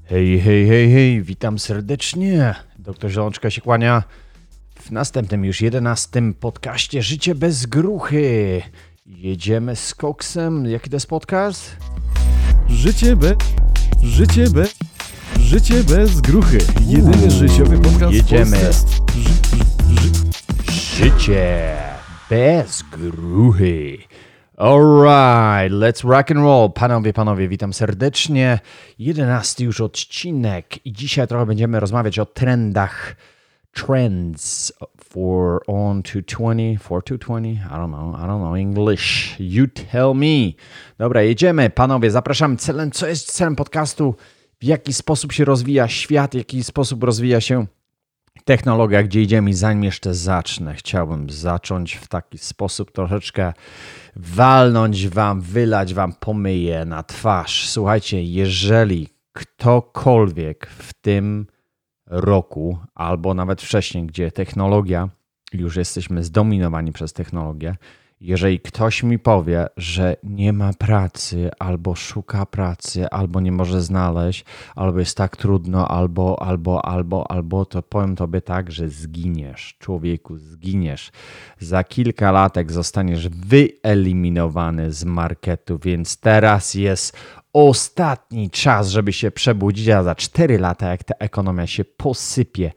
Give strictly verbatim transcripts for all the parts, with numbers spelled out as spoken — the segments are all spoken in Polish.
Hej, hej, hej, hej, witam serdecznie. Doktor Zielączka się kłania w następnym już jedenastym podcaście Życie bez gruchy. Jedziemy z koksem. Jaki to jest podcast? Życie bez... Życie bez... Życie bez gruchy. Jedyny Uuu, życiowy podcast jedziemy. w Polsce. Ży, ży, Życie bez gruchy. Alright, let's rock and roll. Panowie, panowie, witam serdecznie. Jedenasty już odcinek i dzisiaj trochę będziemy rozmawiać o trendach. Trends for on to twenty, for to twenty, I don't know, I don't know English. You tell me. Dobra, jedziemy, panowie, zapraszam. Celem, co jest celem podcastu? W jaki sposób się rozwija świat, w jaki sposób rozwija się technologia, gdzie idziemy i zanim jeszcze zacznę, chciałbym zacząć w taki sposób troszeczkę walnąć wam, wylać wam pomyję na twarz. Słuchajcie, jeżeli ktokolwiek w tym roku, albo nawet wcześniej, gdzie technologia, już jesteśmy zdominowani przez technologię, jeżeli ktoś mi powie, że nie ma pracy, albo szuka pracy, albo nie może znaleźć, albo jest tak trudno, albo, albo, albo, albo, to powiem tobie tak, że zginiesz, człowieku, zginiesz. Za kilka latek zostaniesz wyeliminowany z marketu, więc teraz jest ostatni czas, żeby się przebudzić, a za cztery lata, jak ta ekonomia się posypie,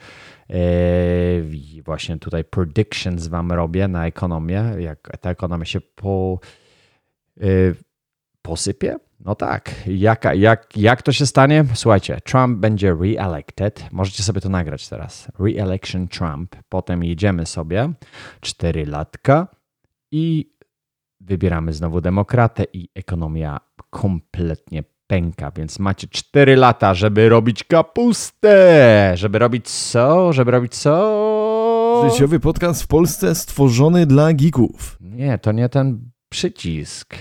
Yy, właśnie tutaj predictions wam robię na ekonomię, jak ta ekonomia się po, yy, posypie? No tak. Jak, jak, jak to się stanie? Słuchajcie, Trump będzie re-elected. Możecie sobie to nagrać teraz. Re-election Trump. Potem jedziemy sobie cztery latka i wybieramy znowu demokratę i ekonomia kompletnie pęka, więc macie cztery lata, żeby robić kapustę. Żeby robić co? Żeby robić co? Życiowy podcast w Polsce stworzony dla geeków. Nie, to nie ten przycisk.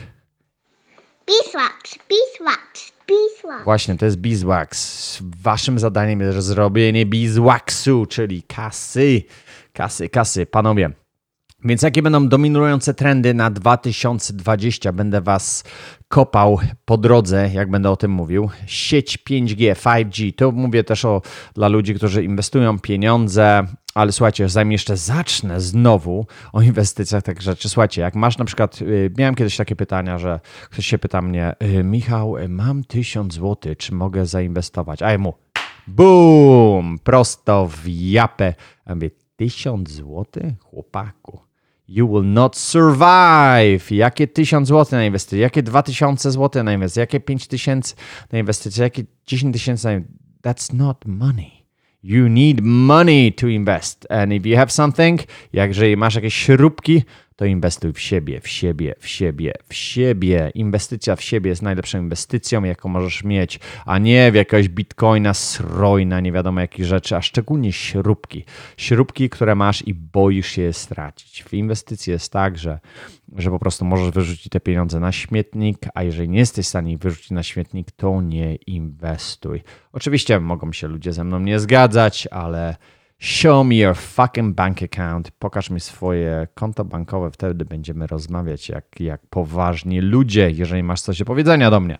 Beeswax, beeswax, beeswax. Właśnie, to jest beeswax. Waszym zadaniem jest zrobienie beeswaxu, czyli kasy. Kasy, kasy. Panowie, więc jakie będą dominujące trendy na dwa tysiące dwudziesty? Będę was kopał po drodze, jak będę o tym mówił. Sieć pięć G, pięć G, to mówię też o, dla ludzi, którzy inwestują pieniądze, ale słuchajcie, zanim jeszcze zacznę znowu o inwestycjach, tak rzeczy, słuchajcie, jak masz na przykład, miałem kiedyś takie pytania, że ktoś się pyta mnie, Michał, mam tysiąc złotych, czy mogę zainwestować? A ja mu, bum, prosto w japę. Ja mówię, tysiąc złotych? Chłopaku. You will not survive. Jakie tysiąc złotych na inwestycje? Jakie dwa tysiące złotych na inwestycje? Jakie pięć tysięcy na inwestycje? Jakie dziesięć tysięcy na inwestycje? That's not money. You need money to invest. And if you have something, jak jeżeli masz jakieś śrubki, to inwestuj w siebie, w siebie, w siebie, w siebie. Inwestycja w siebie jest najlepszą inwestycją, jaką możesz mieć, a nie w jakiegoś bitcoina, srojna, nie wiadomo jakich rzeczy, a szczególnie śrubki. Śrubki, które masz i boisz się je stracić. W inwestycji jest tak, że, że po prostu możesz wyrzucić te pieniądze na śmietnik, a jeżeli nie jesteś w stanie ich wyrzucić na śmietnik, to nie inwestuj. Oczywiście mogą się ludzie ze mną nie zgadzać, ale show me your fucking bank account. Pokaż mi swoje konto bankowe, wtedy będziemy rozmawiać jak, jak poważni ludzie, jeżeli masz coś do powiedzenia do mnie.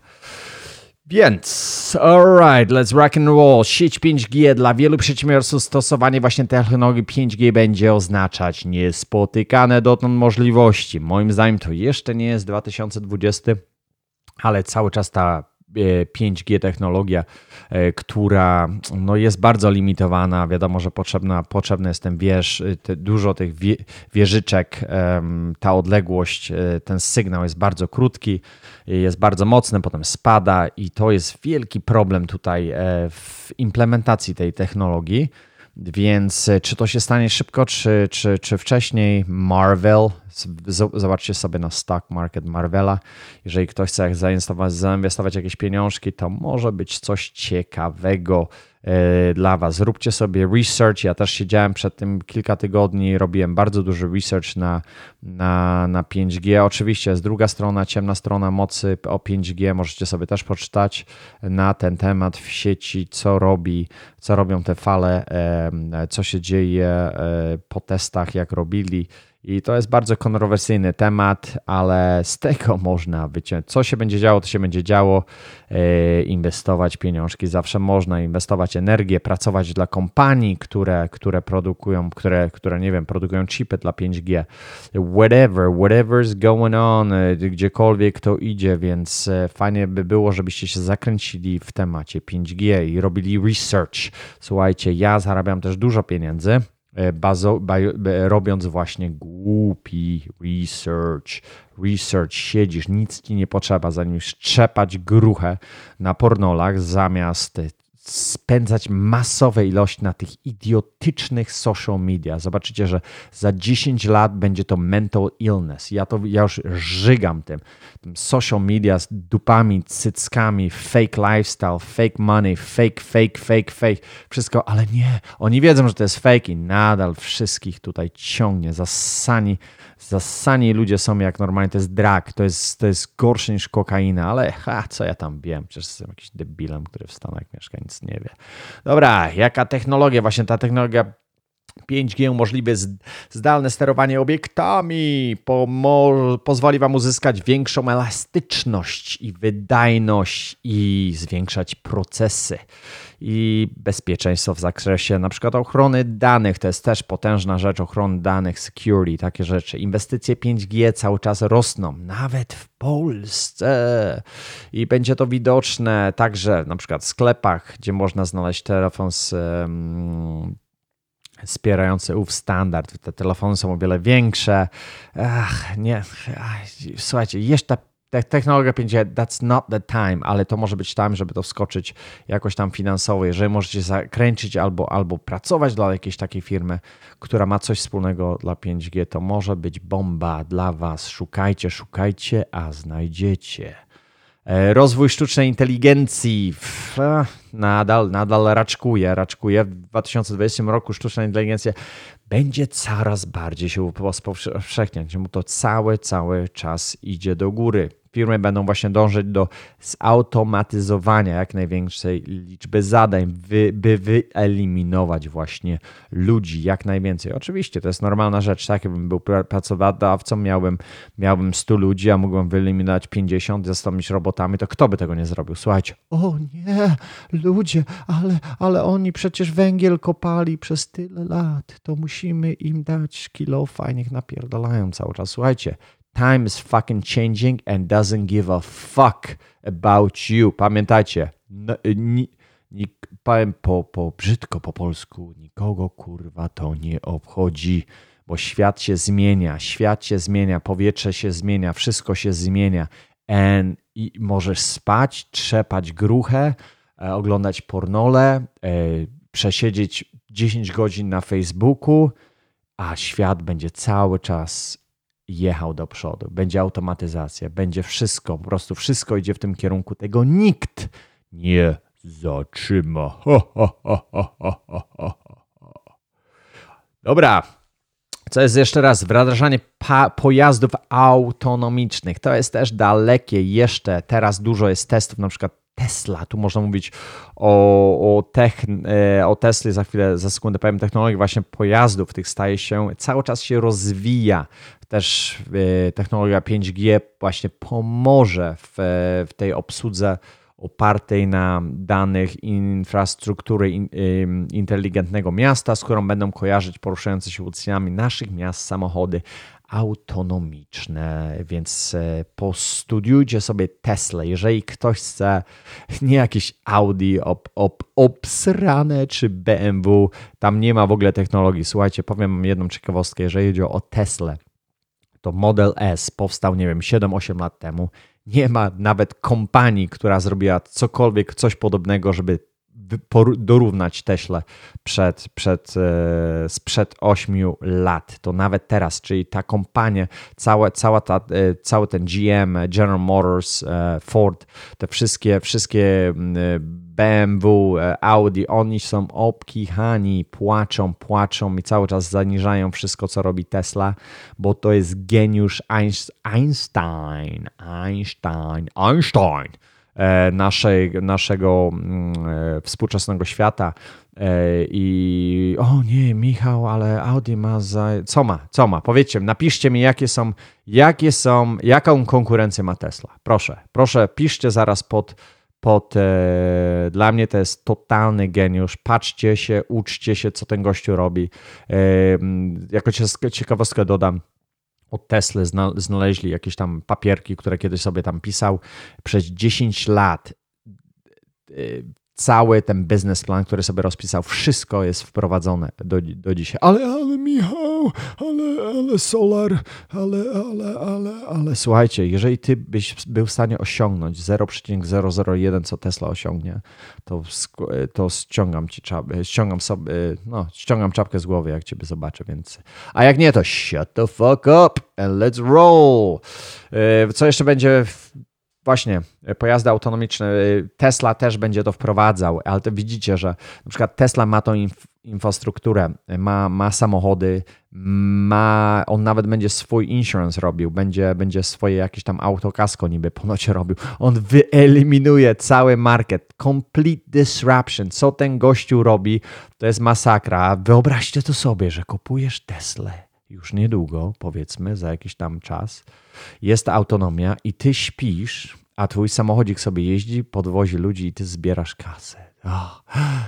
Więc, alright, let's rock and roll. Sieć pięć G dla wielu przedsiębiorców stosowanie właśnie technologii pięć G będzie oznaczać niespotykane dotąd możliwości. Moim zdaniem to jeszcze nie jest dwa tysiące dwudziesty, ale cały czas ta pięć G technologia, która no jest bardzo limitowana. Wiadomo, że potrzebna, potrzebny jest ten wież, te, dużo tych wie, wieżyczek, ta odległość, ten sygnał jest bardzo krótki, jest bardzo mocny, potem spada i to jest wielki problem tutaj w implementacji tej technologii. Więc czy to się stanie szybko, czy, czy, czy wcześniej? Marvell, zobaczcie sobie na stock market Marvella. Jeżeli ktoś chce zainwestować, zainwestować jakieś pieniążki, to może być coś ciekawego dla was. Zróbcie sobie research. Ja też siedziałem przed tym kilka tygodni, robiłem bardzo duży research na, na, na pięć G. Oczywiście jest druga strona, ciemna strona mocy o pięć G. Możecie sobie też poczytać na ten temat w sieci, co robi, co robią te fale, co się dzieje po testach, jak robili. I to jest bardzo kontrowersyjny temat, ale z tego można wyciągnąć. Co się będzie działo, to się będzie działo. E, inwestować pieniążki zawsze można, inwestować energię, pracować dla kompanii, które, które produkują, które, które, nie wiem, produkują chipy dla pięć G. Whatever, whatever's going on, e, gdziekolwiek to idzie, więc e, fajnie by było, żebyście się zakręcili w temacie pięć G i robili research. Słuchajcie, ja zarabiam też dużo pieniędzy, Bazo, ba, robiąc właśnie głupi research. Research, siedzisz, nic ci nie potrzeba, zanim szczepać gruchę na pornolach, zamiast spędzać masowe ilości na tych idiotycznych social media. Zobaczycie, że za dziesięć lat będzie to mental illness. Ja to ja już żygam tym. tym social media z dupami, cyckami, fake lifestyle, fake money, fake, fake, fake, fake. Wszystko, ale nie. Oni wiedzą, że to jest fake i nadal wszystkich tutaj ciągnie. Zassani, zassani ludzie są jak normalnie. To jest drag, to jest, to jest gorsze niż kokaina, ale ha, co ja tam wiem? Przecież jestem jakiś debilem, który w Stanach mieszka, nic nie wie. Dobra, jaka technologia? Właśnie ta technologia pięć G umożliwia zdalne sterowanie obiektami, Pomo- pozwoli Wam uzyskać większą elastyczność i wydajność i zwiększać procesy i bezpieczeństwo w zakresie na przykład ochrony danych. To jest też potężna rzecz, ochrony danych, security, takie rzeczy. Inwestycje pięć G cały czas rosną, nawet w Polsce i będzie to widoczne także na przykład w sklepach, gdzie można znaleźć telefon z um, wspierający ów standard. Te telefony są o wiele większe. Ach, nie. Ach, słuchajcie, jeszcze ta technologia pięć G, that's not the time, ale to może być time, żeby to wskoczyć jakoś tam finansowo. Jeżeli możecie zakręcić albo, albo pracować dla jakiejś takiej firmy, która ma coś wspólnego dla pięć G, to może być bomba dla Was. Szukajcie, szukajcie, a znajdziecie. Rozwój sztucznej inteligencji nadal, nadal raczkuje, raczkuje. W dwa tysiące dwudziestym roku sztuczna inteligencja będzie coraz bardziej się rozpowszechniać, bo to cały, cały czas idzie do góry. Firmy będą właśnie dążyć do zautomatyzowania jak największej liczby zadań, by, by wyeliminować właśnie ludzi jak najwięcej. Oczywiście to jest normalna rzecz, tak? Jakbym był pracodawcą, miałbym, miałbym stu ludzi, a mógłbym wyeliminować pięćdziesiąt, zastąpić robotami, to kto by tego nie zrobił? Słuchajcie, o nie, ludzie, ale, ale oni przecież węgiel kopali przez tyle lat, to musimy im dać kilofa, niech napierdalają cały czas. Słuchajcie, time is fucking changing and doesn't give a fuck about you. Pamiętajcie, no, ni, ni, powiem po, po brzydko po polsku, nikogo kurwa to nie obchodzi, bo świat się zmienia, świat się zmienia, powietrze się zmienia, wszystko się zmienia and, i możesz spać, trzepać gruchę, e, oglądać pornole, e, przesiedzieć dziesięć godzin na Facebooku, a świat będzie cały czas jechał do przodu. Będzie automatyzacja, będzie wszystko, po prostu wszystko idzie w tym kierunku. Tego nikt nie zatrzyma. Ho, ho, ho, ho, ho, ho. Dobra. Co jest jeszcze raz? Wdrażanie pa- pojazdów autonomicznych. To jest też dalekie jeszcze. Teraz dużo jest testów, na przykład Tesla. Tu można mówić o, o, techn- o Tesli, za chwilę, za sekundę powiem. Technologia właśnie pojazdów tych staje się, cały czas się rozwija. Też technologia pięć G właśnie pomoże w, w tej obsłudze opartej na danych infrastruktury in, in, inteligentnego miasta, z którą będą kojarzyć poruszające się ulicami naszych miast samochody autonomiczne, więc postudiujcie sobie Tesla. Jeżeli ktoś chce nie jakieś Audi ob, ob, obsrane czy B M W, tam nie ma w ogóle technologii. Słuchajcie, powiem jedną ciekawostkę. Jeżeli chodzi o Teslę, to Model S powstał, nie wiem, siedem osiem lat temu. Nie ma nawet kompanii, która zrobiła cokolwiek, coś podobnego, żeby dorównać Teśle przed, przed, sprzed ośmiu lat. To nawet teraz, czyli ta kompania, cała, cała ta, cały ten G M, General Motors, Ford, te wszystkie, wszystkie B M W, Audi, oni są obkichani, płaczą, płaczą i cały czas zaniżają wszystko, co robi Tesla, bo to jest geniusz Einstein, Einstein, Einstein. naszej, naszego e, współczesnego świata. E, I o nie, Michał, ale Audi ma za... Co ma? Co ma? Powiedzcie, napiszcie mi, jakie są, jakie są, jaką konkurencję ma Tesla. Proszę, proszę, piszcie zaraz pod... pod e, dla mnie to jest totalny geniusz. Patrzcie się, uczcie się, co ten gościu robi. E, jako ciekawostkę dodam, od Tesly znaleźli jakieś tam papierki, które kiedyś sobie tam pisał. Przez dziesięć lat cały ten biznesplan, który sobie rozpisał, wszystko jest wprowadzone do, do dzisiaj. Ale, ale Michał, ale, ale solar, ale, ale, ale, ale. Słuchajcie, jeżeli ty byś był w stanie osiągnąć zero przecinek zero zero jeden, co Tesla osiągnie, to, to ściągam ci czapkę, ściągam sobie, no, ściągam czapkę z głowy, jak ciebie zobaczę, więc. A jak nie, to shut the fuck up and let's roll. Co jeszcze będzie? Właśnie, pojazdy autonomiczne. Tesla też będzie to wprowadzał, ale to widzicie, że na przykład Tesla ma tą inf- infrastrukturę, ma, ma samochody, ma, on nawet będzie swój insurance robił, będzie, będzie swoje jakieś tam autokasko niby ponoć robił. On wyeliminuje cały market. Complete disruption. Co ten gościu robi, to jest masakra. Wyobraźcie to sobie, że kupujesz Teslę już niedługo, powiedzmy, za jakiś tam czas, jest autonomia i ty śpisz, a twój samochodzik sobie jeździ, podwozi ludzi i ty zbierasz kasę. Oh,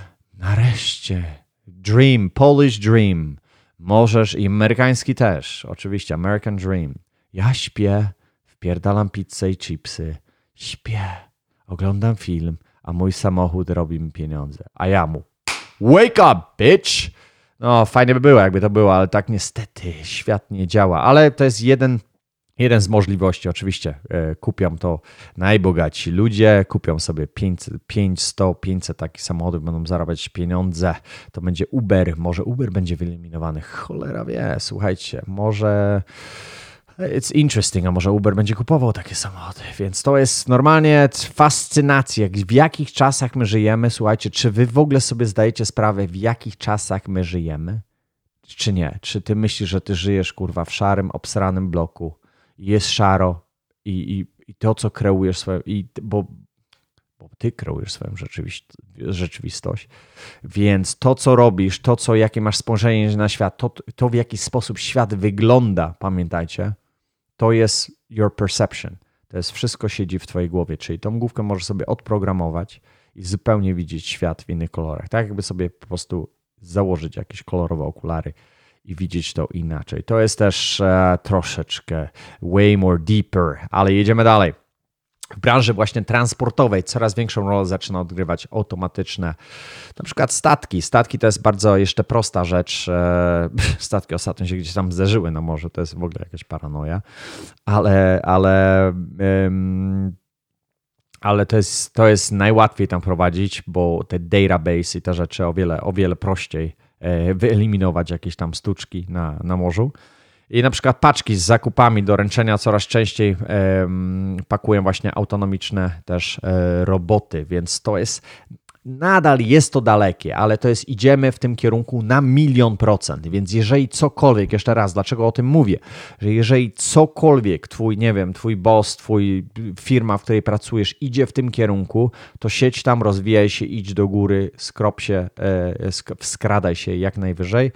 nareszcie. Dream, Polish dream. Możesz, i amerykański też, oczywiście, American dream. Ja śpię, wpierdalam pizzę i chipsy, śpię, oglądam film, a mój samochód robi mi pieniądze. A ja mu, wake up, bitch! No, fajnie by było, jakby to było, ale tak niestety świat nie działa. Ale to jest jeden, jeden z możliwości. Oczywiście e, kupią to najbogatsi ludzie, kupią sobie pięćset, sto, pięćset takich samochodów, będą zarabiać pieniądze. To będzie Uber, może Uber będzie wyeliminowany. Cholera wie, słuchajcie, może... It's interesting, a może Uber będzie kupował takie samochody, więc to jest normalnie fascynacja, w jakich czasach my żyjemy. Słuchajcie, czy wy w ogóle sobie zdajecie sprawę, w jakich czasach my żyjemy, czy nie? Czy ty myślisz, że ty żyjesz, kurwa, w szarym, obsranym bloku i jest szaro i, i, i to, co kreujesz swoją, i, bo, bo ty kreujesz swoją rzeczywistość, więc to, co robisz, to, co, jakie masz spojrzenie na świat, to, to w jaki sposób świat wygląda, pamiętajcie, to jest your perception. To jest wszystko siedzi w twojej głowie, czyli tą główkę możesz sobie odprogramować i zupełnie widzieć świat w innych kolorach. Tak jakby sobie po prostu założyć jakieś kolorowe okulary i widzieć to inaczej. To jest też e, troszeczkę way more deeper, ale jedziemy dalej. W branży właśnie transportowej coraz większą rolę zaczyna odgrywać automatyczne, na przykład statki. Statki to jest bardzo jeszcze prosta rzecz. Statki ostatnio się gdzieś tam zderzyły na morzu, to jest w ogóle jakaś paranoja, ale, ale, um, ale to jest, to jest najłatwiej tam prowadzić, bo te database i te rzeczy o wiele, o wiele prościej wyeliminować jakieś tam stuczki na, na morzu. I na przykład paczki z zakupami do ręczenia coraz częściej um, pakują właśnie autonomiczne też e, roboty, więc to jest, nadal jest to dalekie, ale to jest, idziemy w tym kierunku na milion procent, więc jeżeli cokolwiek, jeszcze raz, dlaczego o tym mówię, że jeżeli cokolwiek twój, nie wiem, twój boss, twój firma, w której pracujesz idzie w tym kierunku, to siedź tam, rozwijaj się, idź do góry, skrop się, e, sk- skradaj się jak najwyżej.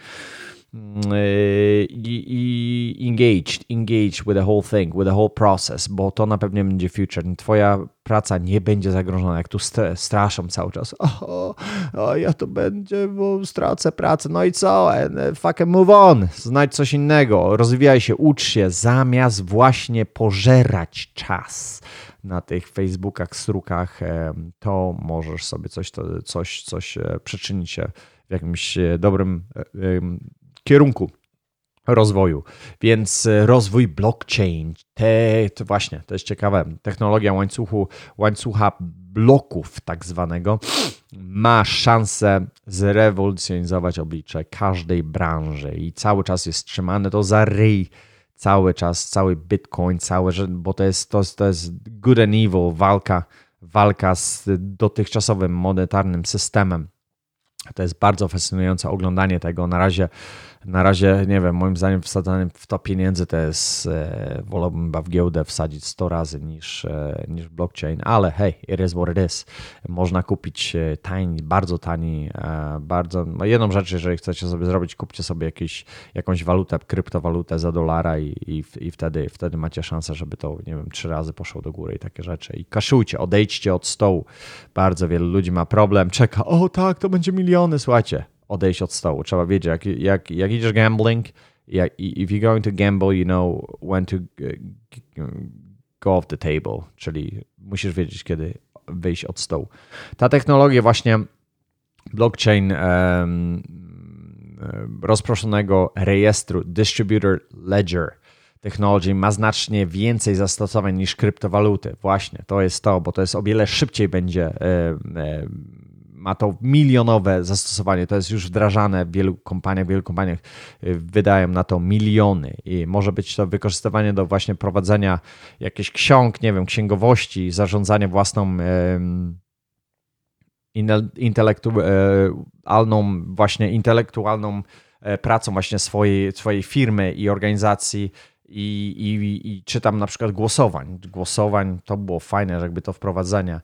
I, i engage, engage with the whole thing, with the whole process, bo to na pewno będzie future. Twoja praca nie będzie zagrożona, jak tu straszą cały czas. O, o, ja to będzie, bo stracę pracę. No i co? Fucking move on. Znajdź coś innego. Rozwijaj się, ucz się, zamiast właśnie pożerać czas na tych Facebookach, strukach, to możesz sobie coś, to, coś, coś przyczynić się w jakimś dobrym kierunku rozwoju. Więc rozwój blockchain, te, to właśnie, to jest ciekawe, technologia łańcuchu, łańcucha bloków tak zwanego ma szansę zrewolucjonizować oblicze każdej branży i cały czas jest trzymane to za ryj, cały czas, cały Bitcoin, całe, bo to jest, to, to jest good and evil, walka, walka z dotychczasowym monetarnym systemem. To jest bardzo fascynujące oglądanie tego. Na razie Na razie, nie wiem, moim zdaniem wsadzanie w to pieniędzy to jest, e, wolałbym chyba w giełdę wsadzić sto razy niż, e, niż blockchain, ale hej, it is what it is. Można kupić tani, bardzo tani, e, bardzo, no jedną rzecz, jeżeli chcecie sobie zrobić, kupcie sobie jakieś, jakąś walutę, kryptowalutę za dolara i, i, i wtedy, wtedy macie szansę, żeby to, nie wiem, trzy razy poszło do góry i takie rzeczy. I kaszujcie, odejdźcie od stołu. Bardzo wielu ludzi ma problem, czeka, o tak, to będzie miliony, słuchajcie. Odejść od stołu. Trzeba wiedzieć, jak, jak, jak idziesz gambling, jak, if you're going to gamble, you know when to go off the table, czyli musisz wiedzieć, kiedy wyjść od stołu. Ta technologia właśnie blockchain um, rozproszonego rejestru Distributed Ledger Technology ma znacznie więcej zastosowań niż kryptowaluty. Właśnie, to jest to, bo to jest o wiele szybciej będzie um, um, ma to milionowe zastosowanie, to jest już wdrażane w wielu kompaniach, w wielu kompaniach wydają na to miliony i może być to wykorzystywanie do właśnie prowadzenia jakichś ksiąg, nie wiem, księgowości, zarządzania własną intelektualną, właśnie intelektualną pracą właśnie swojej, swojej firmy i organizacji. I, i, I czytam na przykład głosowań. Głosowań to było fajne, jakby to wprowadzenie,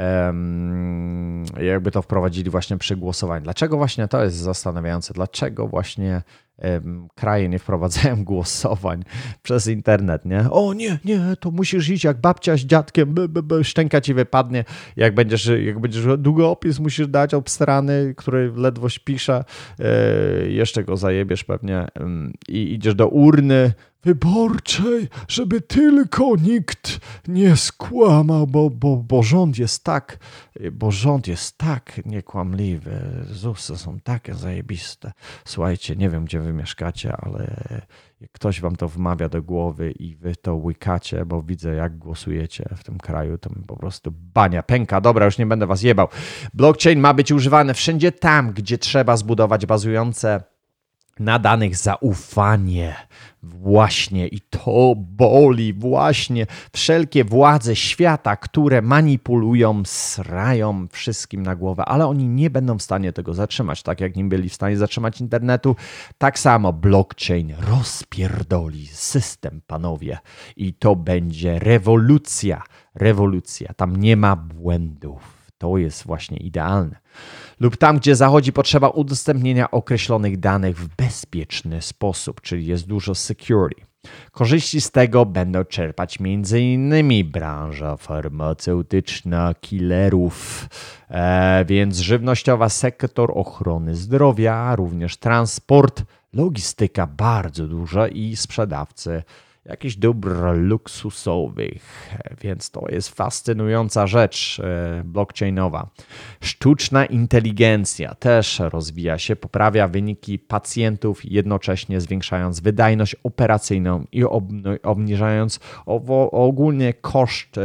um, jakby to wprowadzili właśnie przy głosowaniu. Dlaczego właśnie to jest zastanawiające? Dlaczego właśnie um, kraje nie wprowadzają głosowań przez internet, nie? O nie, nie, to musisz iść jak babcia z dziadkiem, by, by, by, szczęka ci wypadnie. Jak będziesz, jak będziesz długopis musisz dać obstrany, który ledwo pisze, e, jeszcze go zajebiesz pewnie e, i idziesz do urny wyborczej, żeby tylko nikt nie skłamał, bo, bo, bo rząd jest tak, bo rząd jest tak niekłamliwy, ZUSy są takie zajebiste. Słuchajcie, nie wiem, gdzie wy mieszkacie, ale jak ktoś wam to wmawia do głowy i wy to łykacie, bo widzę, jak głosujecie w tym kraju, to mi po prostu bania pęka. Dobra, już nie będę was jebał. Blockchain ma być używany wszędzie tam, gdzie trzeba zbudować bazujące na danych zaufanie. Właśnie i to boli, właśnie wszelkie władze świata, które manipulują, srają wszystkim na głowę, ale oni nie będą w stanie tego zatrzymać, tak jak nie byli w stanie zatrzymać internetu, tak samo blockchain rozpierdoli system, panowie, i to będzie rewolucja, rewolucja, tam nie ma błędów. To jest właśnie idealne. Lub tam, gdzie zachodzi potrzeba udostępnienia określonych danych w bezpieczny sposób, czyli jest dużo security. Korzyści z tego będą czerpać m.in. branża farmaceutyczna, killerów, e, więc żywnościowa, sektor ochrony zdrowia, również transport, logistyka bardzo duża i sprzedawcy jakichś dóbr luksusowych, więc to jest fascynująca rzecz blockchainowa. Sztuczna inteligencja też rozwija się, poprawia wyniki pacjentów, jednocześnie zwiększając wydajność operacyjną i obniżając ogólnie koszt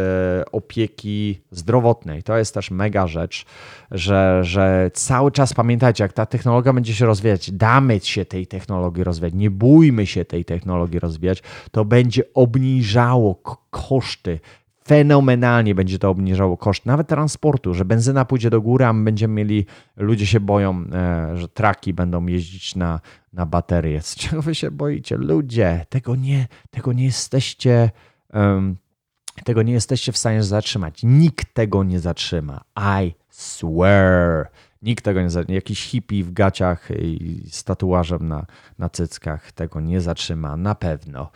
opieki zdrowotnej. To jest też mega rzecz, że, że cały czas pamiętajcie, jak ta technologia będzie się rozwijać, damy się tej technologii rozwijać, nie bójmy się tej technologii rozwijać, to będzie obniżało koszty, fenomenalnie będzie to obniżało koszty, nawet transportu, że benzyna pójdzie do góry, a my będziemy mieli, ludzie się boją, że traki będą jeździć na, na baterie. Z czego wy się boicie? Ludzie, tego nie, tego nie jesteście... Um, Tego nie jesteście w stanie zatrzymać. Nikt tego nie zatrzyma. I swear. Nikt tego nie zatrzyma. Jakiś hippie w gaciach i z tatuażem na, na cyckach tego nie zatrzyma. Na pewno.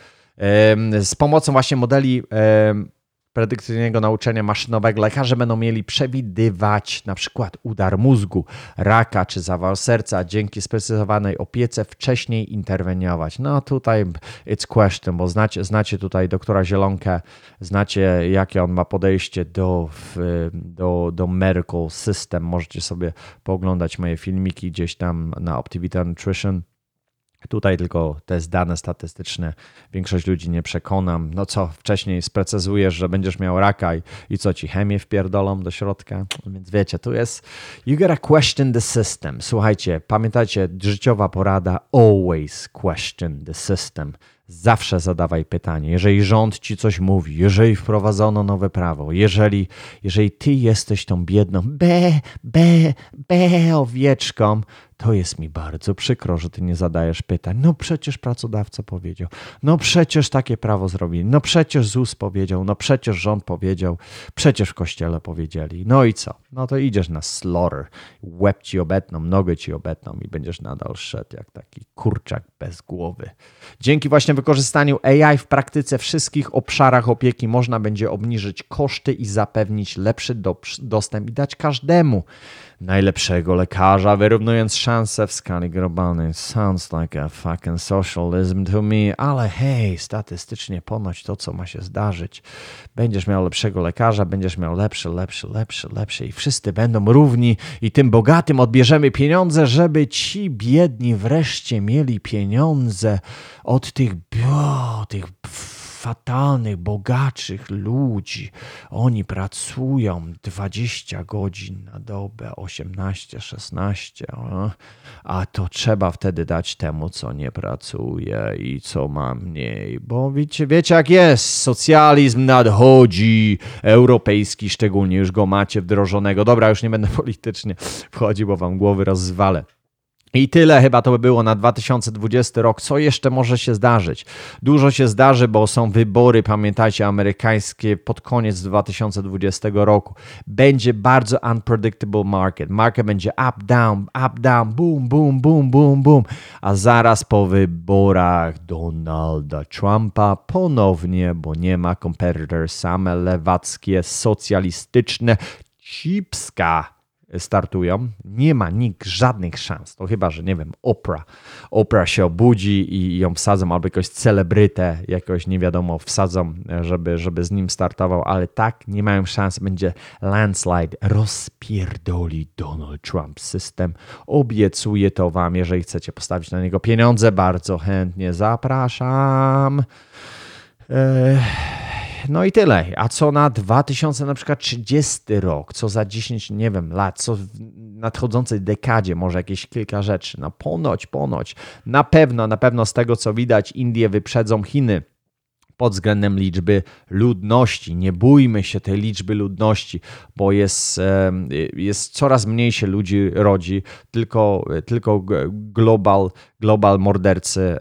Z pomocą właśnie modeli predykcyjnego nauczenia maszynowego lekarze będą mieli przewidywać na przykład udar mózgu, raka czy zawał serca, dzięki sprecyzowanej opiece wcześniej interweniować. No tutaj it's question, bo znacie, znacie tutaj doktora Zielonkę, znacie jakie on ma podejście do, do, do medical system. Możecie sobie pooglądać moje filmiki gdzieś tam na Optivita Nutrition. Tutaj tylko te dane statystyczne większość ludzi nie przekonam. No co, wcześniej sprecyzujesz, że będziesz miał raka i, i co ci, chemię wpierdolą do środka? Więc wiecie, tu jest you gotta question the system. Słuchajcie, pamiętajcie, życiowa porada, always question the system. Zawsze zadawaj pytanie. Jeżeli rząd ci coś mówi, jeżeli wprowadzono nowe prawo, jeżeli, jeżeli ty jesteś tą biedną be, be, be owieczką, to jest mi bardzo przykro, że ty nie zadajesz pytań. No przecież pracodawca powiedział, no przecież takie prawo zrobili, no przecież ZUS powiedział, no przecież rząd powiedział, przecież w kościele powiedzieli. No i co? No to idziesz na slaughter, łeb ci obetną, nogę ci obetną i będziesz nadal szedł jak taki kurczak bez głowy. Dzięki właśnie wykorzystaniu A I w praktyce wszystkich obszarach opieki można będzie obniżyć koszty i zapewnić lepszy do, dostęp i dać każdemu najlepszego lekarza, wyrównując szanse w skali globalnej. Sounds like a fucking socialism to me, ale hej, statystycznie ponoć to, co ma się zdarzyć. Będziesz miał lepszego lekarza, będziesz miał lepszy, lepszy, lepszy, lepszy i wszyscy będą równi i tym bogatym odbierzemy pieniądze, żeby ci biedni wreszcie mieli pieniądze od tych, o, tych fatalnych, bogatszych ludzi. Oni pracują dwadzieścia godzin na dobę, osiemnaście, szesnaście, a to trzeba wtedy dać temu, co nie pracuje i co ma mniej. Bo wiecie, wiecie jak jest, socjalizm nadchodzi, europejski szczególnie, już go macie wdrożonego. Dobra, już nie będę politycznie wchodził, bo wam głowy rozwalę. I tyle chyba to by było na dwa tysiące dwudziesty rok. Co jeszcze może się zdarzyć? Dużo się zdarzy, bo są wybory, pamiętajcie, amerykańskie pod koniec dwa tysiące dwudziestego roku. Będzie bardzo unpredictable market. Market będzie up, down, up, down, boom, boom, boom, boom, boom. A zaraz po wyborach Donalda Trumpa ponownie, bo nie ma competitor, same lewackie, socjalistyczne, cipska startują. Nie ma nikt żadnych szans. To chyba, że nie wiem, Oprah. Oprah się obudzi i ją wsadzą, albo jakąś celebrytę, jakoś nie wiadomo, wsadzą, żeby, żeby z nim startował, ale tak nie mają szans. Będzie landslide. Rozpierdoli Donald Trump system. Obiecuję to wam, jeżeli chcecie postawić na niego pieniądze, bardzo chętnie zapraszam. Eee... No i tyle. A co na dwa tysiące trzydziesty rok? Co za dziesięć, nie wiem, lat? Co w nadchodzącej dekadzie? Może jakieś kilka rzeczy? No ponoć, ponoć. Na pewno, na pewno z tego co widać, Indie wyprzedzą Chiny pod względem liczby ludności. Nie bójmy się tej liczby ludności, bo jest, jest coraz mniej się ludzi rodzi, tylko, tylko global, global mordercy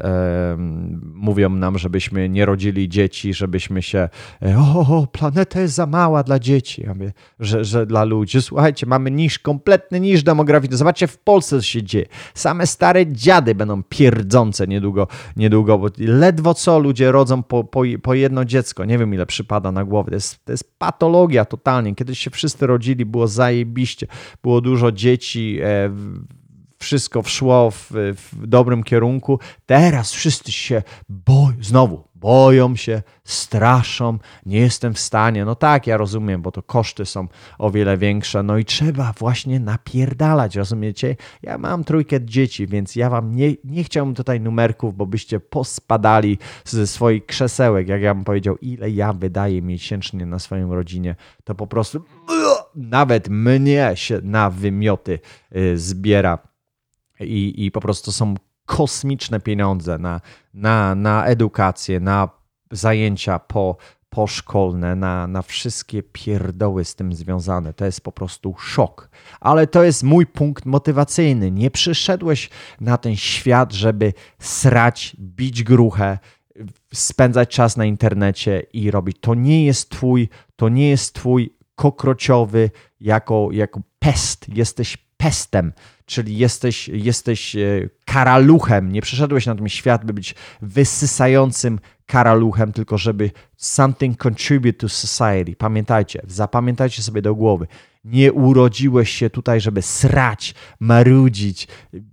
mówią nam, żebyśmy nie rodzili dzieci, żebyśmy się o, o planeta jest za mała dla dzieci, ja mówię, że, że dla ludzi. Słuchajcie, mamy niż, kompletny niż demograficzny. Zobaczcie w Polsce, co się dzieje. Same stare dziady będą pierdzące niedługo, niedługo bo ledwo co ludzie rodzą po, po po jedno dziecko. Nie wiem, ile przypada na głowę. To jest, to jest patologia totalnie. Kiedyś się wszyscy rodzili, było zajebiście. Było dużo dzieci, e, wszystko wszło w, w dobrym kierunku. Teraz wszyscy się boją. Znowu, boją się, straszą. Nie jestem w stanie. No tak, ja rozumiem, bo to koszty są o wiele większe. No i trzeba właśnie napierdalać, rozumiecie? Ja mam trójkę dzieci, więc ja wam nie, nie chciałbym tutaj numerków, bo byście pospadali ze swoich krzesełek. Jak ja bym powiedział, ile ja wydaję miesięcznie na swoją rodzinie, to po prostu nawet mnie się na wymioty zbiera. I, i po prostu są kosmiczne pieniądze na, na, na edukację, na zajęcia po, poszkolne, na, na wszystkie pierdoły z tym związane. To jest po prostu szok. Ale to jest mój punkt motywacyjny. Nie przyszedłeś na ten świat, żeby srać, bić gruchę, spędzać czas na internecie i robić. To nie jest twój, to nie jest twój kokrociowy jako, jako pest. Jesteś pestem, czyli jesteś, jesteś karaluchem. Nie przyszedłeś na ten świat, by być wysysającym karaluchem, tylko żeby something contribute to society. Pamiętajcie, zapamiętajcie sobie do głowy. Nie urodziłeś się tutaj, żeby srać, marudzić.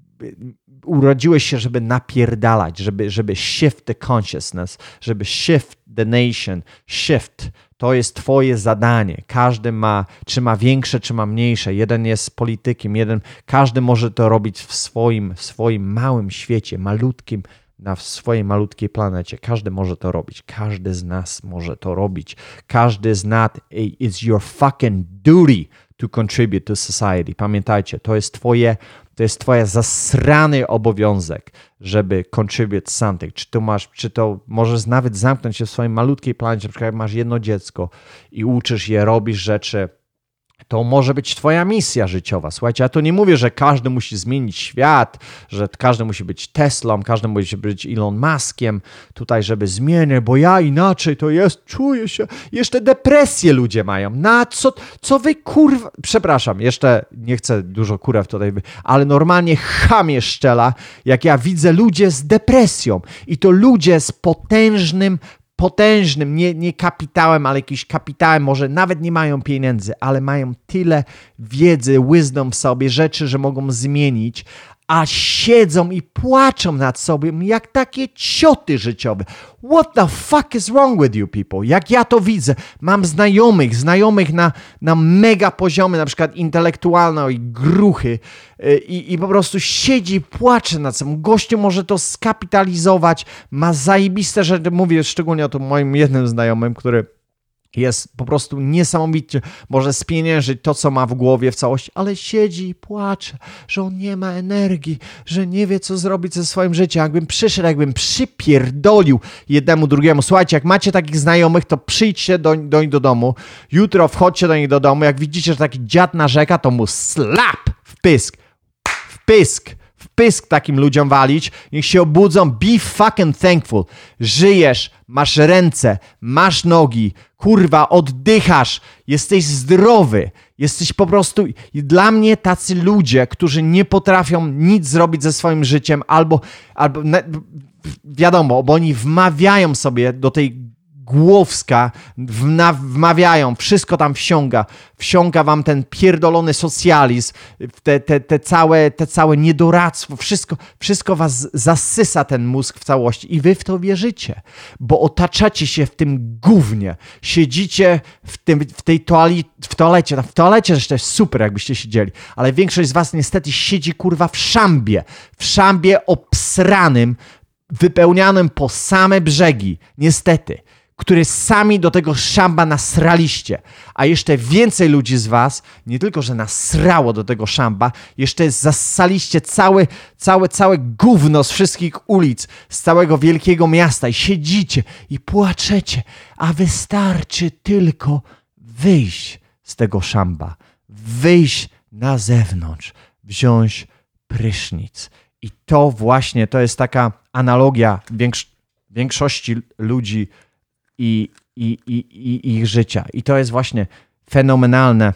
Urodziłeś się, żeby napierdalać, żeby, żeby shift the consciousness, żeby shift the nation, shift. To jest twoje zadanie. Każdy ma, czy ma większe, czy ma mniejsze. Jeden jest politykiem, jeden, każdy może to robić w swoim, w swoim małym świecie, malutkim, na swojej malutkiej planecie. Każdy może to robić. Każdy z nas może to robić. Każdy z nas, it's your fucking duty to contribute to society. Pamiętajcie, to jest twoje, to jest twoja zasrany obowiązek, żeby contribute something. Czy to masz, czy to możesz nawet zamknąć się w swojej malutkiej planecie, na przykład jak masz jedno dziecko i uczysz je, robisz rzeczy, To może być twoja misja życiowa. Słuchajcie, ja to nie mówię, że każdy musi zmienić świat, że każdy musi być Teslą, każdy musi być Elon Muskiem tutaj, żeby zmienić, bo ja inaczej to jest, czuję się. Jeszcze depresję ludzie mają. Na co, co wy kurwa... Przepraszam, jeszcze nie chcę dużo kurew tutaj, ale normalnie chamie szczela, jak ja widzę ludzie z depresją i to ludzie z potężnym potężnym, nie, nie kapitałem, ale jakimś kapitałem, może nawet nie mają pieniędzy, ale mają tyle wiedzy, wisdom w sobie, rzeczy, że mogą zmienić, a siedzą i płaczą nad sobą jak takie cioty życiowe. What the fuck is wrong with you people? Jak ja to widzę, mam znajomych, znajomych na, na mega poziomie, na przykład intelektualne i gruchy i, i po prostu siedzi i płacze nad sobą. Gościu może to skapitalizować, ma zajebiste rzeczy, mówię szczególnie o tym moim jednym znajomym, który jest po prostu niesamowicie, może spieniężyć to, co ma w głowie w całości, ale siedzi i płacze, że on nie ma energii, że nie wie, co zrobić ze swoim życiem. Jakbym przyszedł, jakbym przypierdolił jednemu, drugiemu. Słuchajcie, jak macie takich znajomych, to przyjdźcie do, do nich do domu, jutro wchodźcie do nich do domu, jak widzicie, że taki dziad narzeka, to mu slap w pysk, w pysk. w pysk takim ludziom walić, niech się obudzą, be fucking thankful. Żyjesz, masz ręce, masz nogi, kurwa, oddychasz, jesteś zdrowy, jesteś po prostu... I dla mnie tacy ludzie, którzy nie potrafią nic zrobić ze swoim życiem, albo, albo wiadomo, bo oni wmawiają sobie do tej głowska, wna, wmawiają, wszystko tam wsiąga, wsiąga wam ten pierdolony socjalizm, te, te, te, całe, te całe niedoradztwo, wszystko, wszystko was zasysa ten mózg w całości i wy w to wierzycie, bo otaczacie się w tym gównie, siedzicie w, tym, w tej toali, w toalecie, w toalecie zresztą jest super, jakbyście siedzieli, ale większość z was niestety siedzi kurwa w szambie, w szambie obsranym, wypełnianym po same brzegi, niestety, które sami do tego szamba nasraliście. A jeszcze więcej ludzi z was, nie tylko, że nasrało do tego szamba, jeszcze zassaliście całe, całe, całe gówno z wszystkich ulic, z całego wielkiego miasta i siedzicie i płaczecie, a wystarczy tylko wyjść z tego szamba, wyjść na zewnątrz, wziąć prysznic. I to właśnie, to jest taka analogia większo- większości ludzi I, i, i, i ich życia. I to jest właśnie fenomenalne,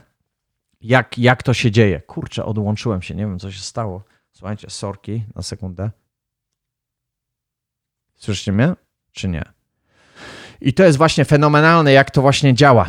jak, jak to się dzieje. Kurczę, odłączyłem się, nie wiem, co się stało. Słuchajcie, sorki, na sekundę. Słyszycie mnie, czy nie? I to jest właśnie fenomenalne, jak to właśnie działa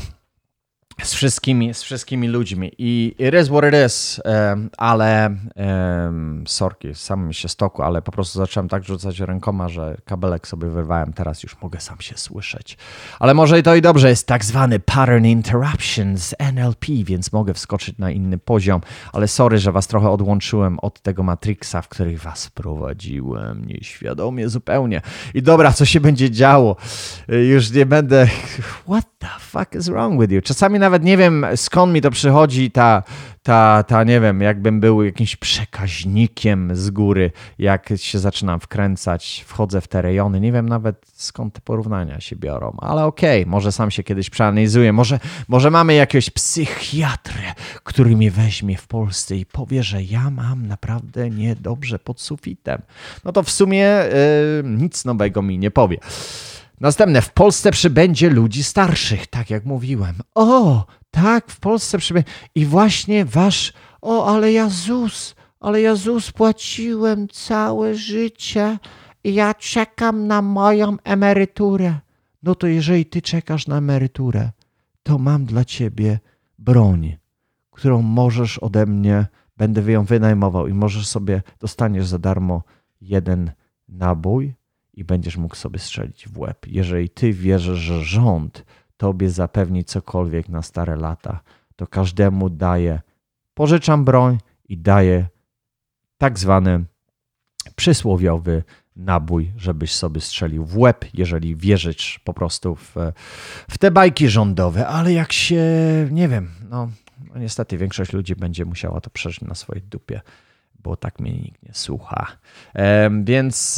z wszystkimi, z wszystkimi ludźmi. I it is what it is, um, ale um, sorki, sam mi się stoku, ale po prostu zacząłem tak rzucać rękoma, że kabelek sobie wyrwałem, teraz już mogę sam się słyszeć. Ale może i to i dobrze, jest tak zwany pattern interruptions, N L P, więc mogę wskoczyć na inny poziom, ale sorry, że was trochę odłączyłem od tego Matrixa, w który was wprowadziłem, nieświadomie zupełnie. I dobra, co się będzie działo? Już nie będę... What the fuck is wrong with you? Czasami nawet nie wiem, skąd mi to przychodzi, ta, ta, ta, nie wiem, jakbym był jakimś przekaźnikiem z góry, jak się zaczynam wkręcać, wchodzę w te rejony, nie wiem nawet skąd te porównania się biorą, ale okej, okay, może sam się kiedyś przeanalizuję, może, może mamy jakiegoś psychiatrę, który mnie weźmie w Polsce i powie, że ja mam naprawdę niedobrze pod sufitem. No to w sumie yy, nic nowego mi nie powie. Następne, w Polsce przybędzie ludzi starszych, tak jak mówiłem. O, tak, w Polsce przybędzie. I właśnie wasz, o, ale ja ZUS, ale ja ZUS płaciłem całe życie i ja czekam na moją emeryturę. No to jeżeli ty czekasz na emeryturę, to mam dla ciebie broń, którą możesz ode mnie, będę ją wynajmował i możesz sobie, dostaniesz za darmo jeden nabój, i będziesz mógł sobie strzelić w łeb. Jeżeli ty wierzysz, że rząd tobie zapewni cokolwiek na stare lata, to każdemu daje, pożyczam broń i daję tak zwany przysłowiowy nabój, żebyś sobie strzelił w łeb, jeżeli wierzysz po prostu w, w te bajki rządowe. Ale jak się, nie wiem, no, no niestety większość ludzi będzie musiała to przeżyć na swojej dupie, bo tak mnie nikt nie słucha. Um, więc yy,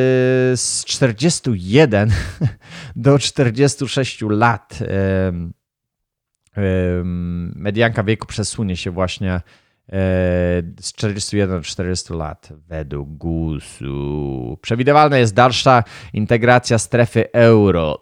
z czterdziestu jeden do czterdziestu sześciu lat medianka wieku przesunie się właśnie z czterdziestu jeden do czterdziestu lat według G U S-u. Przewidywalna jest dalsza integracja strefy euro.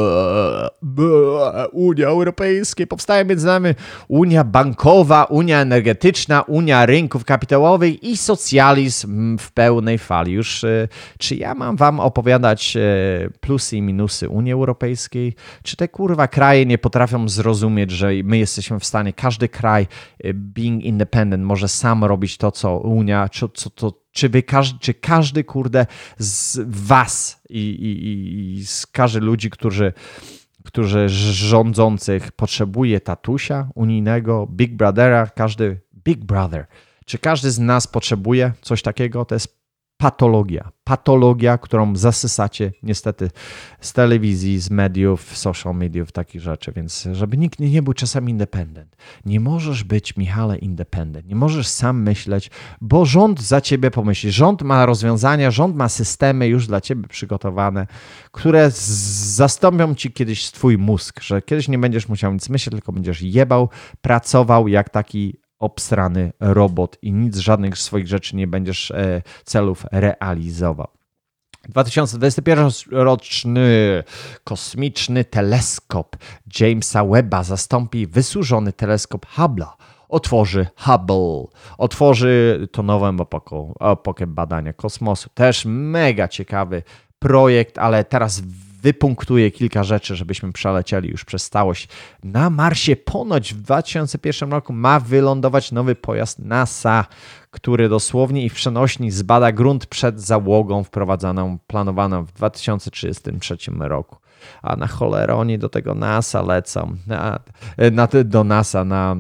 Bee, bee, Unia Europejska. Powstaje między nami Unia Bankowa, Unia Energetyczna, Unia Rynków Kapitałowych i socjalizm w pełnej fali. Już czy ja mam wam opowiadać plusy i minusy Unii Europejskiej? Czy te kurwa kraje nie potrafią zrozumieć, że my jesteśmy w stanie, każdy kraj being independent może sam robić to, co Unia, czy, co, to, czy, wy, każdy, czy każdy, kurde, z was i, i, i z każdy ludzi, którzy, którzy rządzących potrzebuje tatusia unijnego, Big Brothera, każdy Big Brother, czy każdy z nas potrzebuje coś takiego? To jest patologia. Patologia, którą zasysacie niestety z telewizji, z mediów, social mediów, takich rzeczy. Więc żeby nikt nie był czasami independent. Nie możesz być, Michale, independent. Nie możesz sam myśleć, bo rząd za ciebie pomyśli. Rząd ma rozwiązania, rząd ma systemy już dla ciebie przygotowane, które zastąpią ci kiedyś twój mózg, że kiedyś nie będziesz musiał nic myśleć, tylko będziesz jebał, pracował jak taki obsrany robot i nic, żadnych swoich rzeczy nie będziesz e, celów realizował. dwa tysiące dwudziesty pierwszy roczny kosmiczny teleskop Jamesa Webba zastąpi wysłużony teleskop Hubble'a. Otworzy Hubble. Otworzy to nową epokę, epokę badania kosmosu. Też mega ciekawy projekt, ale teraz wypunktuje kilka rzeczy, żebyśmy przelecieli już przez całość. Na Marsie ponoć w dwa tysiące pierwszym roku ma wylądować nowy pojazd NASA, który dosłownie i w przenośni zbada grunt przed załogą wprowadzaną, planowaną w dwa tysiące trzydziestym trzecim roku. A na cholerę oni do tego NASA lecą. Na, na, do NASA na...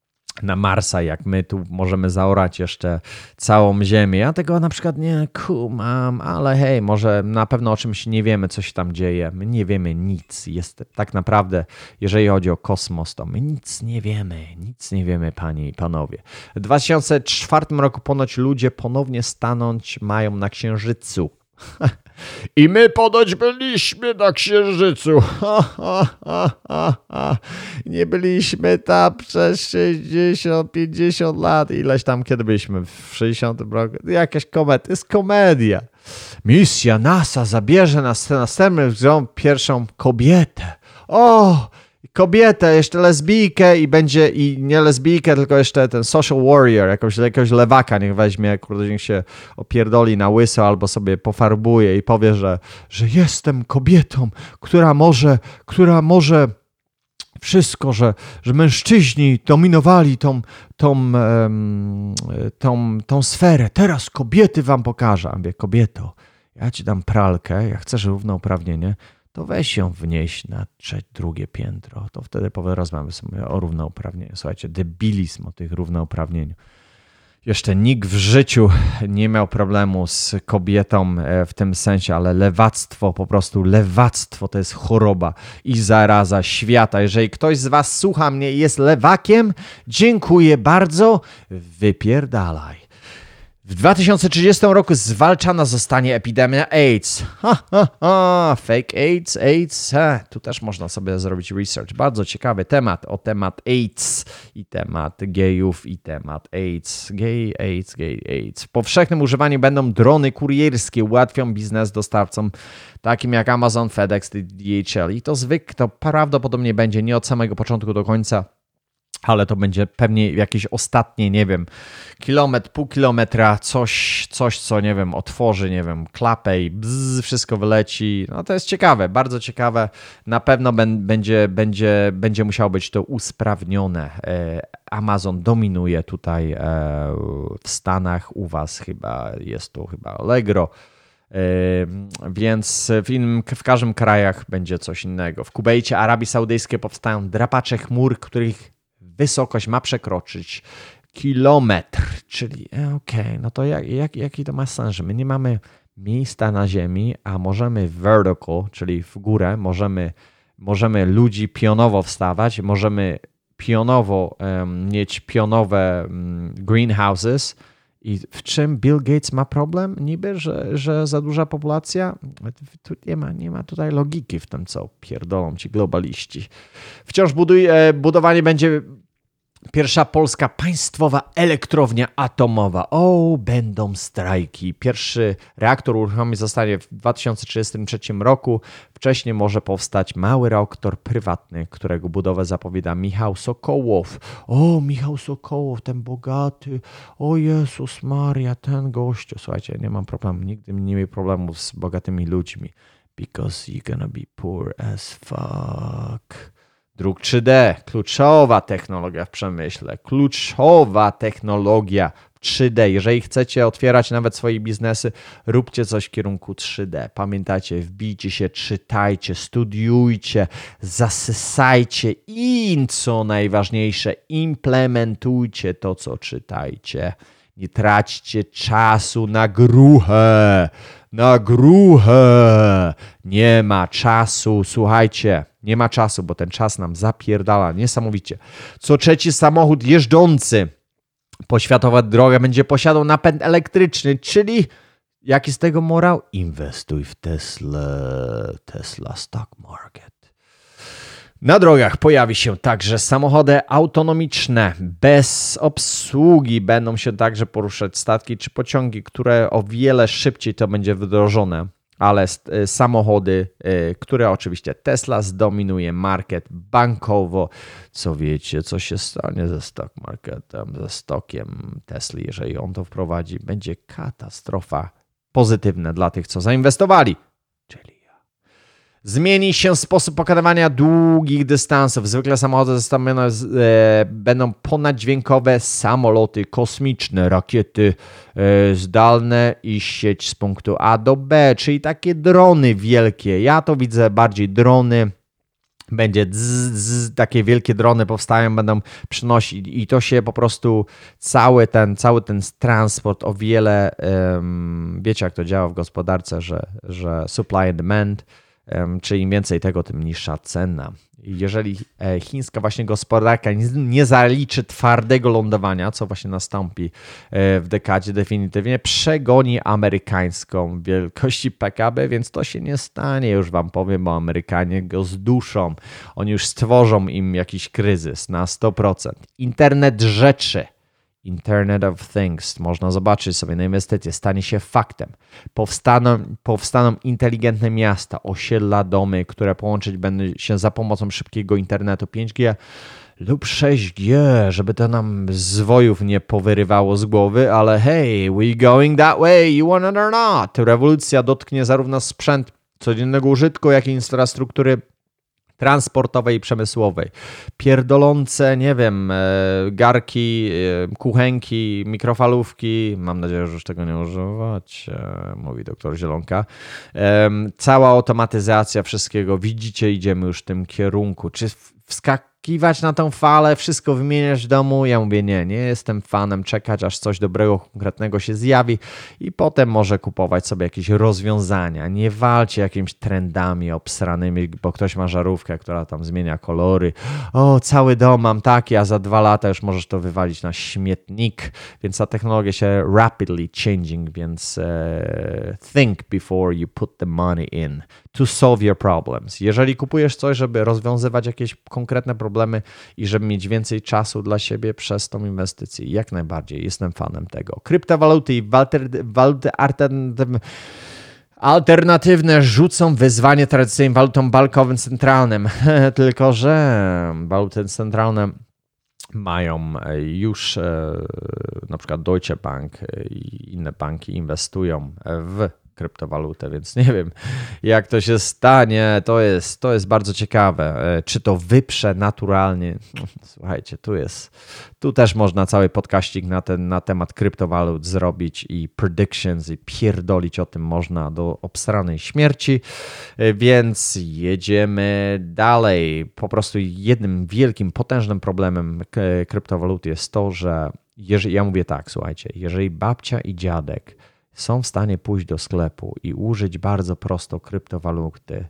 na Marsa, jak my tu możemy zaorać jeszcze całą Ziemię. Ja tego na przykład nie kumam, ale hej, może na pewno o czymś nie wiemy, co się tam dzieje. My nie wiemy nic. Jest tak naprawdę, jeżeli chodzi o kosmos, to my nic nie wiemy. Nic nie wiemy, panie i panowie. W dwa tysiące czwartym roku ponoć ludzie ponownie stanąć mają na Księżycu. I my ponoć byliśmy na Księżycu. Ha, ha, ha, ha, ha. Nie byliśmy tam przez sześćdziesiąt pięćdziesiąt lat. Ileś tam, kiedy byliśmy? W sześćdziesiątym roku. Jakaś komedia. To jest komedia. Misja NASA zabierze nas następnym pierwszą kobietę. O! Kobietę, jeszcze lesbijkę i będzie, i nie lesbijkę, tylko jeszcze ten social warrior, jakąś, jakiegoś lewaka niech weźmie, kurde, niech się opierdoli na łyso albo sobie pofarbuje i powie, że, że jestem kobietą, która może, która może wszystko, że, że mężczyźni dominowali tą, tą, um, tą, tą sferę. Teraz kobiety wam pokażę. Ja mówię, kobieto, ja ci dam pralkę, jak chcesz równouprawnienie, to weź ją wnieść na trzecie, drugie piętro. To wtedy porozmawiamy sobie o równouprawnieniu. Słuchajcie, debilizm o tych równouprawnieniu. Jeszcze nikt w życiu nie miał problemu z kobietą w tym sensie, ale lewactwo, po prostu lewactwo to jest choroba i zaraza świata. Jeżeli ktoś z was słucha mnie i jest lewakiem, dziękuję bardzo, wypierdalaj. W dwa tysiące trzydziestym roku zwalczana zostanie epidemia AIDS. Ha, ha, ha. Fake AIDS, AIDS. Ha. Tu też można sobie zrobić research. Bardzo ciekawy temat o temat AIDS i temat gejów i temat AIDS. Gay, AIDS, gay, AIDS. W powszechnym używaniu będą drony kurierskie. Ułatwią biznes dostawcom takim jak Amazon, FedEx i D H L. I to zwykle, to prawdopodobnie będzie nie od samego początku do końca, ale to będzie pewnie jakieś ostatnie, nie wiem, kilometr, pół kilometra, coś, coś co, nie wiem, otworzy, nie wiem, klapę i bzz, wszystko wyleci. No to jest ciekawe, bardzo ciekawe. Na pewno będzie, będzie, będzie musiało być to usprawnione. Amazon dominuje tutaj w Stanach, u was chyba jest to chyba Allegro. Więc w, innym, w każdym krajach będzie coś innego. W Kuwejcie, Arabii Saudyjskiej powstają drapacze chmur, których wysokość ma przekroczyć kilometr, czyli okej, okay, no to jak, jak, jaki to ma sens, że my nie mamy miejsca na ziemi, a możemy vertical, czyli w górę, możemy, możemy ludzi pionowo wstawać, możemy pionowo um, mieć pionowe um, greenhouses I w czym Bill Gates ma problem niby, że, że za duża populacja? Tu nie ma, nie ma tutaj logiki w tym, co pierdolą ci globaliści. Wciąż buduj, budowanie będzie pierwsza polska państwowa elektrownia atomowa. O, będą strajki. Pierwszy reaktor uruchomiony zostanie w dwa tysiące trzydziestym trzecim roku. Wcześniej może powstać mały reaktor prywatny, którego budowę zapowiada Michał Sokołow. O, Michał Sokołow, ten bogaty. O Jezus Maria, ten gościu. Słuchajcie, nie mam problemu. Nigdy nie miałem problemów z bogatymi ludźmi. Because you're gonna be poor as fuck. Druk trzy D, kluczowa technologia w przemyśle, kluczowa technologia w trzy D. Jeżeli chcecie otwierać nawet swoje biznesy, róbcie coś w kierunku trzy D. Pamiętajcie, wbijcie się, czytajcie, studiujcie, zasysajcie i co najważniejsze, implementujcie to, co czytajcie. Nie traćcie czasu na gruchę, na gruchę. Nie ma czasu, słuchajcie, nie ma czasu, bo ten czas nam zapierdala niesamowicie. Co trzeci samochód jeżdżący po światowych drogach będzie posiadał napęd elektryczny, czyli jaki z tego morał? Inwestuj w Tesla, Tesla Stock Market. Na drogach pojawi się także samochody autonomiczne. Bez obsługi będą się także poruszać statki czy pociągi, które o wiele szybciej to będzie wdrożone. Ale samochody, które oczywiście Tesla zdominuje market bankowo. Co wiecie, co się stanie ze stock marketem, ze stokiem Tesli, jeżeli on to wprowadzi? Będzie katastrofa pozytywna dla tych, co zainwestowali. Czyli zmieni się sposób pokonywania długich dystansów. Zwykle samochody zastąpione e, będą ponaddźwiękowe samoloty kosmiczne, rakiety e, zdalne i sieć z punktu A do B, czyli takie drony wielkie. Ja to widzę bardziej drony. Będzie zzz, zzz, takie wielkie drony powstają, będą przynosić i to się po prostu cały ten, cały ten transport o wiele, um, wiecie jak to działa w gospodarce, że, że supply and demand, czyli im więcej tego, tym niższa cena. Jeżeli chińska właśnie gospodarka nie zaliczy twardego lądowania, co właśnie nastąpi w dekadzie definitywnie, przegoni amerykańską wielkości P K B, więc to się nie stanie, już wam powiem, bo Amerykanie go zduszą. Oni już stworzą im jakiś kryzys na sto procent. Internet rzeczy. Internet of Things, można zobaczyć sobie na inwestycje, stanie się faktem. Powstaną, powstaną inteligentne miasta, osiedla, domy, które połączyć będą się za pomocą szybkiego internetu pięć G lub sześć G, żeby to nam zwojów nie powyrywało z głowy, ale hey, we going that way, you want it or not. Rewolucja dotknie zarówno sprzęt codziennego użytku, jak i infrastruktury transportowej i przemysłowej. Pierdolące, nie wiem, garki, kuchenki, mikrofalówki. Mam nadzieję, że już tego nie używać, mówi doktor Zielonka. Cała automatyzacja wszystkiego. Widzicie, idziemy już w tym kierunku. Czy wskakiwać na tą falę, wszystko wymieniać w domu? Ja mówię, nie, nie jestem fanem czekać, aż coś dobrego, konkretnego się zjawi i potem może kupować sobie jakieś rozwiązania. Nie walcie jakimiś trendami obsranymi, bo ktoś ma żarówkę, która tam zmienia kolory. O, cały dom mam taki, a za dwa lata już możesz to wywalić na śmietnik, więc ta technologia się rapidly changing, więc e, think before you put the money in to solve your problems. Jeżeli kupujesz coś, żeby rozwiązywać jakieś konkretne problemy i żeby mieć więcej czasu dla siebie przez tą inwestycję, jak najbardziej jestem fanem tego. Kryptowaluty i waluty alternatywne alternatywne rzucą wyzwanie tradycyjnym walutom bankowym centralnym. Tylko że waluty centralne mają już, na przykład Deutsche Bank i inne banki inwestują w kryptowalutę, więc nie wiem, jak to się stanie, to jest, to jest bardzo ciekawe. Czy to wyprze naturalnie? Słuchajcie, tu jest, tu też można cały podcaścik na, ten, na temat kryptowalut zrobić i predictions i pierdolić o tym można do obsranej śmierci, więc jedziemy dalej. Po prostu jednym wielkim, potężnym problemem kryptowaluty jest to, że jeżeli, ja mówię tak, słuchajcie, jeżeli babcia i dziadek są w stanie pójść do sklepu i użyć bardzo prosto kryptowaluty,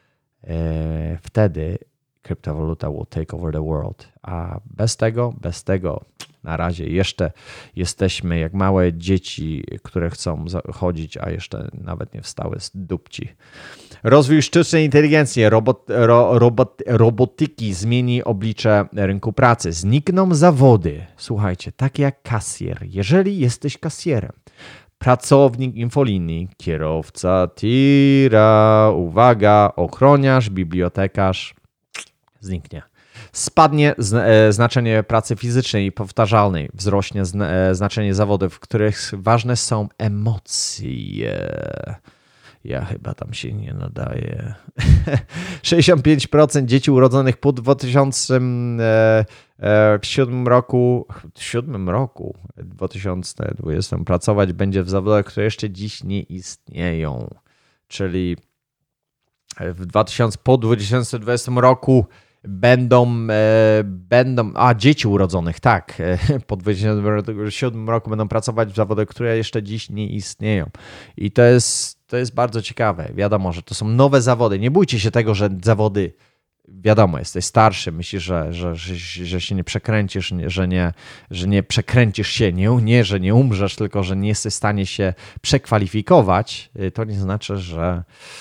e, wtedy kryptowaluta will take over the world. A bez tego, bez tego na razie jeszcze jesteśmy jak małe dzieci, które chcą chodzić, a jeszcze nawet nie wstały z dupci. Rozwój sztucznej inteligencji, robot, ro, robot, robotyki zmieni oblicze rynku pracy. Znikną zawody, słuchajcie, takie jak kasjer. Jeżeli jesteś kasjerem, pracownik infolinii, kierowca tira, uwaga, ochroniarz, bibliotekarz, zniknie. Spadnie znaczenie pracy fizycznej i powtarzalnej, wzrośnie znaczenie zawodów, w których ważne są emocje. Ja chyba tam się nie nadaję. sześćdziesiąt pięć procent dzieci urodzonych po dwa tysiące siódmym roku, siódmym roku, dwa tysiące dwudziestym pracować będzie w zawodach, które jeszcze dziś nie istnieją. Czyli w dwa tysiące, po dwa tysiące dwudziestym roku będą, e, będą, a dzieci urodzonych, tak, e, po dwa tysiące siódmym roku będą pracować w zawodach, które jeszcze dziś nie istnieją. I to jest, to jest bardzo ciekawe. Wiadomo, że to są nowe zawody. Nie bójcie się tego, że zawody, wiadomo, jesteś starszy, myślisz, że, że, że, że się nie przekręcisz, że nie, że nie przekręcisz się, nie, nie, że nie umrzesz, tylko że nie jesteś w stanie się przekwalifikować. To nie znaczy, że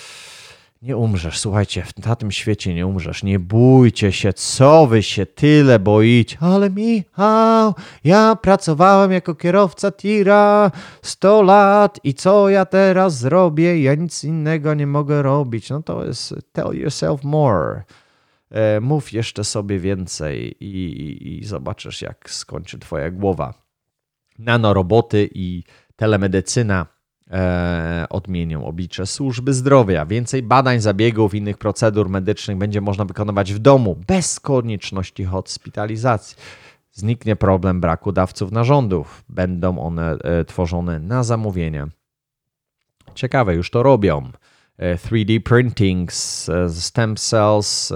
nie umrzesz. Słuchajcie, na tym świecie nie umrzesz. Nie bójcie się, co wy się tyle boicie. Ale Michał, ja pracowałem jako kierowca tira sto lat i co ja teraz zrobię? Ja nic innego nie mogę robić. No to jest tell yourself more. E, mów jeszcze sobie więcej i, i, i zobaczysz, jak skończy twoja głowa. Nanoroboty i telemedycyna E, odmienią oblicze służby zdrowia. Więcej badań, zabiegów, innych procedur medycznych będzie można wykonywać w domu bez konieczności hospitalizacji. Zniknie problem braku dawców narządów. Będą one e, tworzone na zamówienie. Ciekawe, już to robią. trzy D printing, stem cells,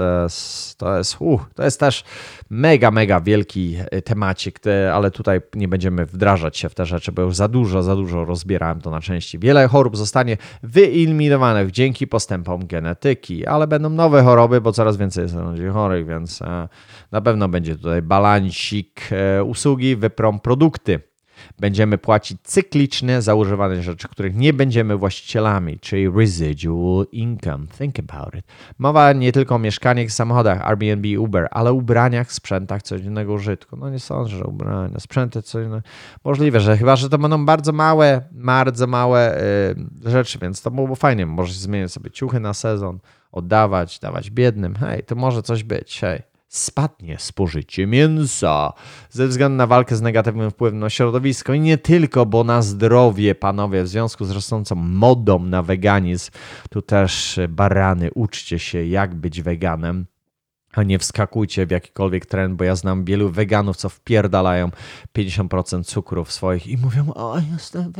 to jest, uh, to jest też mega, mega wielki temacik, ale tutaj nie będziemy wdrażać się w te rzeczy, bo już za dużo, za dużo rozbierałem to na części. Wiele chorób zostanie wyeliminowanych dzięki postępom genetyki, ale będą nowe choroby, bo coraz więcej jest ludzi chorych, więc na pewno będzie tutaj balansik usługi, wyprą produkty. Będziemy płacić cyklicznie za używane rzeczy, których nie będziemy właścicielami, czyli residual income. Think about it. Mowa nie tylko o mieszkaniach, samochodach, Airbnb, Uber, ale ubraniach, sprzętach codziennego użytku. No nie sądzę, że ubrania, sprzęty codzienne. Możliwe, że chyba, że to będą bardzo małe, bardzo małe yy, rzeczy, więc to byłoby fajnie. Możesz zmienić sobie ciuchy na sezon, oddawać, dawać biednym. Hej, to może coś być, hej. Spadnie spożycie mięsa ze względu na walkę z negatywnym wpływem na środowisko i nie tylko, bo na zdrowie, panowie, w związku z rosnącą modą na weganizm, tu też barany, uczcie się, jak być weganem, a nie wskakujcie w jakikolwiek trend, bo ja znam wielu weganów, co wpierdalają pięćdziesiąt procent cukru w swoich i mówią: o, jestem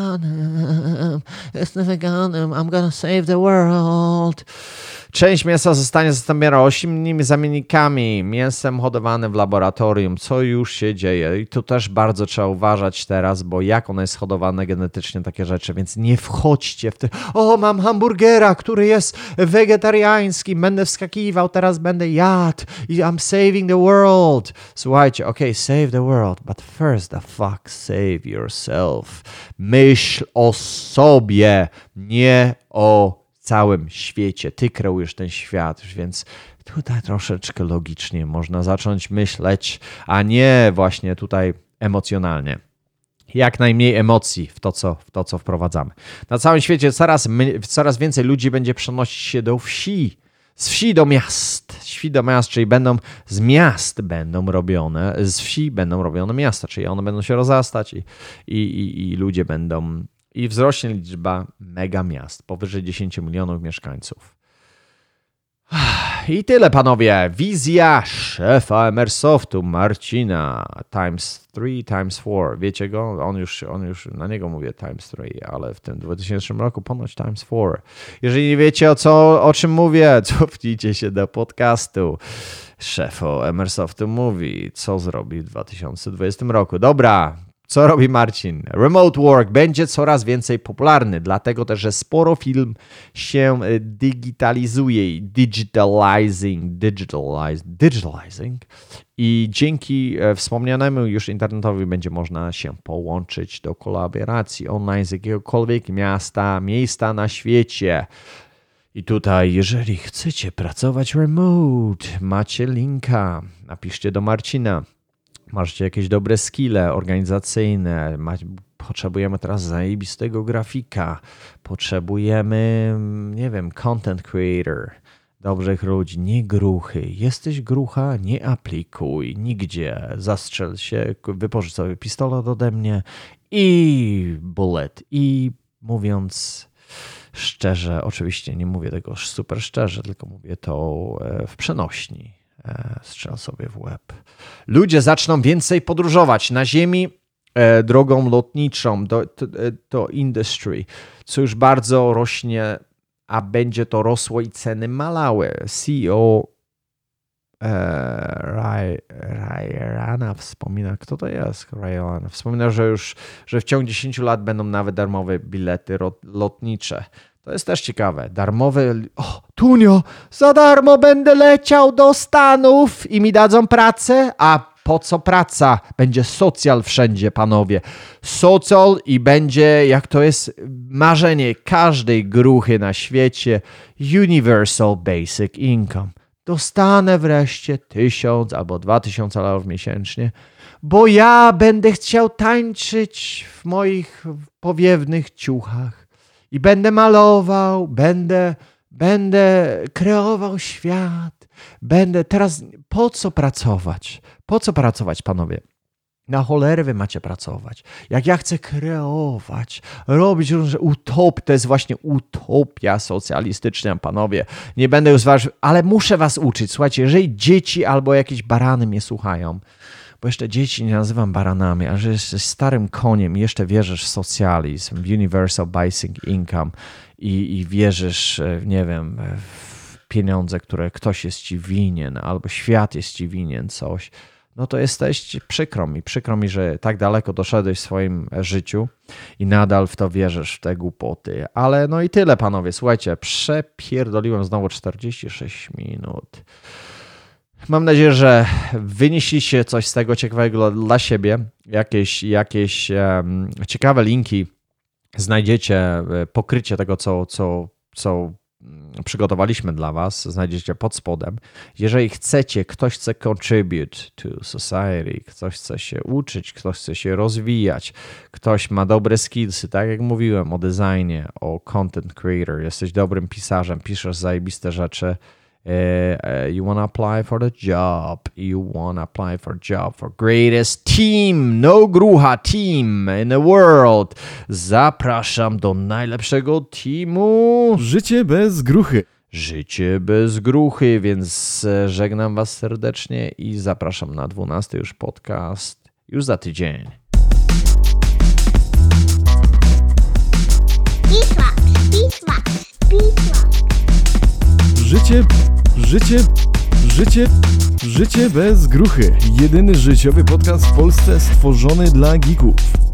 weganem, jestem weganem, I'm gonna save the world. Część mięsa zostanie zastąpiona ośmioma zamiennikami, mięsem hodowanym w laboratorium, co już się dzieje. I tu też bardzo trzeba uważać teraz, bo jak ono jest hodowane genetycznie, takie rzeczy, więc nie wchodźcie w te, o, mam hamburgera, który jest wegetariański, będę wskakiwał, teraz będę jadł i I'm saving the world. Słuchajcie, okej, okay, save the world, but first the fuck save yourself. Myśl o sobie, nie o całym świecie. Ty kreujesz ten świat, więc tutaj troszeczkę logicznie można zacząć myśleć, a nie właśnie tutaj emocjonalnie. Jak najmniej emocji w to, co, w to, co wprowadzamy. Na całym świecie coraz, coraz więcej ludzi będzie przenosić się do wsi. Z wsi do miast. Z wsi do miast, czyli będą z miast będą robione, z wsi będą robione miasta, czyli one będą się rozrastać i, i, i, i ludzie będą... I wzrośnie liczba megamiast, powyżej dziesięć milionów mieszkańców. I tyle, panowie. Wizja szefa Emersoftu, Marcina, times three, times four. Wiecie go? On już, on już, na niego mówię times three, ale w tym dwutysięcznym roku ponoć times four. Jeżeli nie wiecie, o, co, o czym mówię, cofnijcie się do podcastu. Szef Emersoftu mówi, co zrobi w dwa tysiące dwudziestym roku. Dobra. Co robi Marcin? Remote work będzie coraz więcej popularny, dlatego też, że sporo firm się digitalizuje, digitalizing, digitalize, digitalizing I dzięki e, wspomnianemu już internetowi będzie można się połączyć do kolaboracji online z jakiegokolwiek miasta, miejsca na świecie. I tutaj, jeżeli chcecie pracować remote, macie linka, napiszcie do Marcina. Macie jakieś dobre skille organizacyjne, ma, potrzebujemy teraz zajebistego grafika, potrzebujemy, nie wiem, content creator, dobrych ludzi, nie gruchy. Jesteś grucha, nie aplikuj nigdzie, zastrzel się, wypożycz sobie pistolet ode mnie i bullet. I mówiąc szczerze, oczywiście nie mówię tego super szczerze, tylko mówię to w przenośni. Strzel sobie w łeb. Ludzie zaczną więcej podróżować na ziemi e, drogą lotniczą do, to, to industry, co już bardzo rośnie, a będzie to rosło i ceny malały. C E O e, Ryana wspomina, kto to jest? Ryan wspomina, że już że w ciągu dziesięciu lat będą nawet darmowe bilety lotnicze. To jest też ciekawe. Darmowe... O, Tunio, za darmo będę leciał do Stanów i mi dadzą pracę? A po co praca? Będzie socjal wszędzie, panowie. Socjal i będzie, jak to jest marzenie każdej gruchy na świecie, Universal Basic Income. Dostanę wreszcie tysiąc albo dwa tysiące dolarów miesięcznie, bo ja będę chciał tańczyć w moich powiewnych ciuchach. I będę malował, będę, będę kreował świat, będę teraz... Po co pracować? Po co pracować, panowie? Na cholerę wy macie pracować. Jak ja chcę kreować, robić różne utopie, to jest właśnie utopia socjalistyczna, panowie. Nie będę już was, ale muszę was uczyć. Słuchajcie, jeżeli dzieci albo jakieś barany mnie słuchają, bo jeszcze dzieci nie nazywam baranami, a że jesteś starym koniem i jeszcze wierzysz w socjalizm, w Universal Basic Income i, i wierzysz, nie wiem, w pieniądze, które ktoś jest ci winien albo świat jest ci winien coś, no to jesteś, przykro mi, przykro mi, że tak daleko doszedłeś w swoim życiu i nadal w to wierzysz, w te głupoty. Ale no i tyle, panowie. Słuchajcie, przepierdoliłem znowu czterdzieści sześć minut. Mam nadzieję, że wynieśliście coś z tego ciekawego dla siebie. Jakieś, jakieś um, ciekawe linki znajdziecie, pokrycie tego, co, co, co przygotowaliśmy dla was, znajdziecie pod spodem. Jeżeli chcecie, ktoś chce contribute to society, ktoś chce się uczyć, ktoś chce się rozwijać, ktoś ma dobre skillsy, tak jak mówiłem o designie, o content creator, jesteś dobrym pisarzem, piszesz zajebiste rzeczy, you want to apply for the job, you want to apply for job for greatest team, no grucha team in the world. Zapraszam do najlepszego teamu. Życie bez gruchy. Życie bez gruchy, więc żegnam was serdecznie i zapraszam na dwunasty już podcast już za tydzień. Beeswax, beeswax, beeswax. Życie, życie, życie, życie bez gruchy. Jedyny życiowy podcast w Polsce stworzony dla geeków.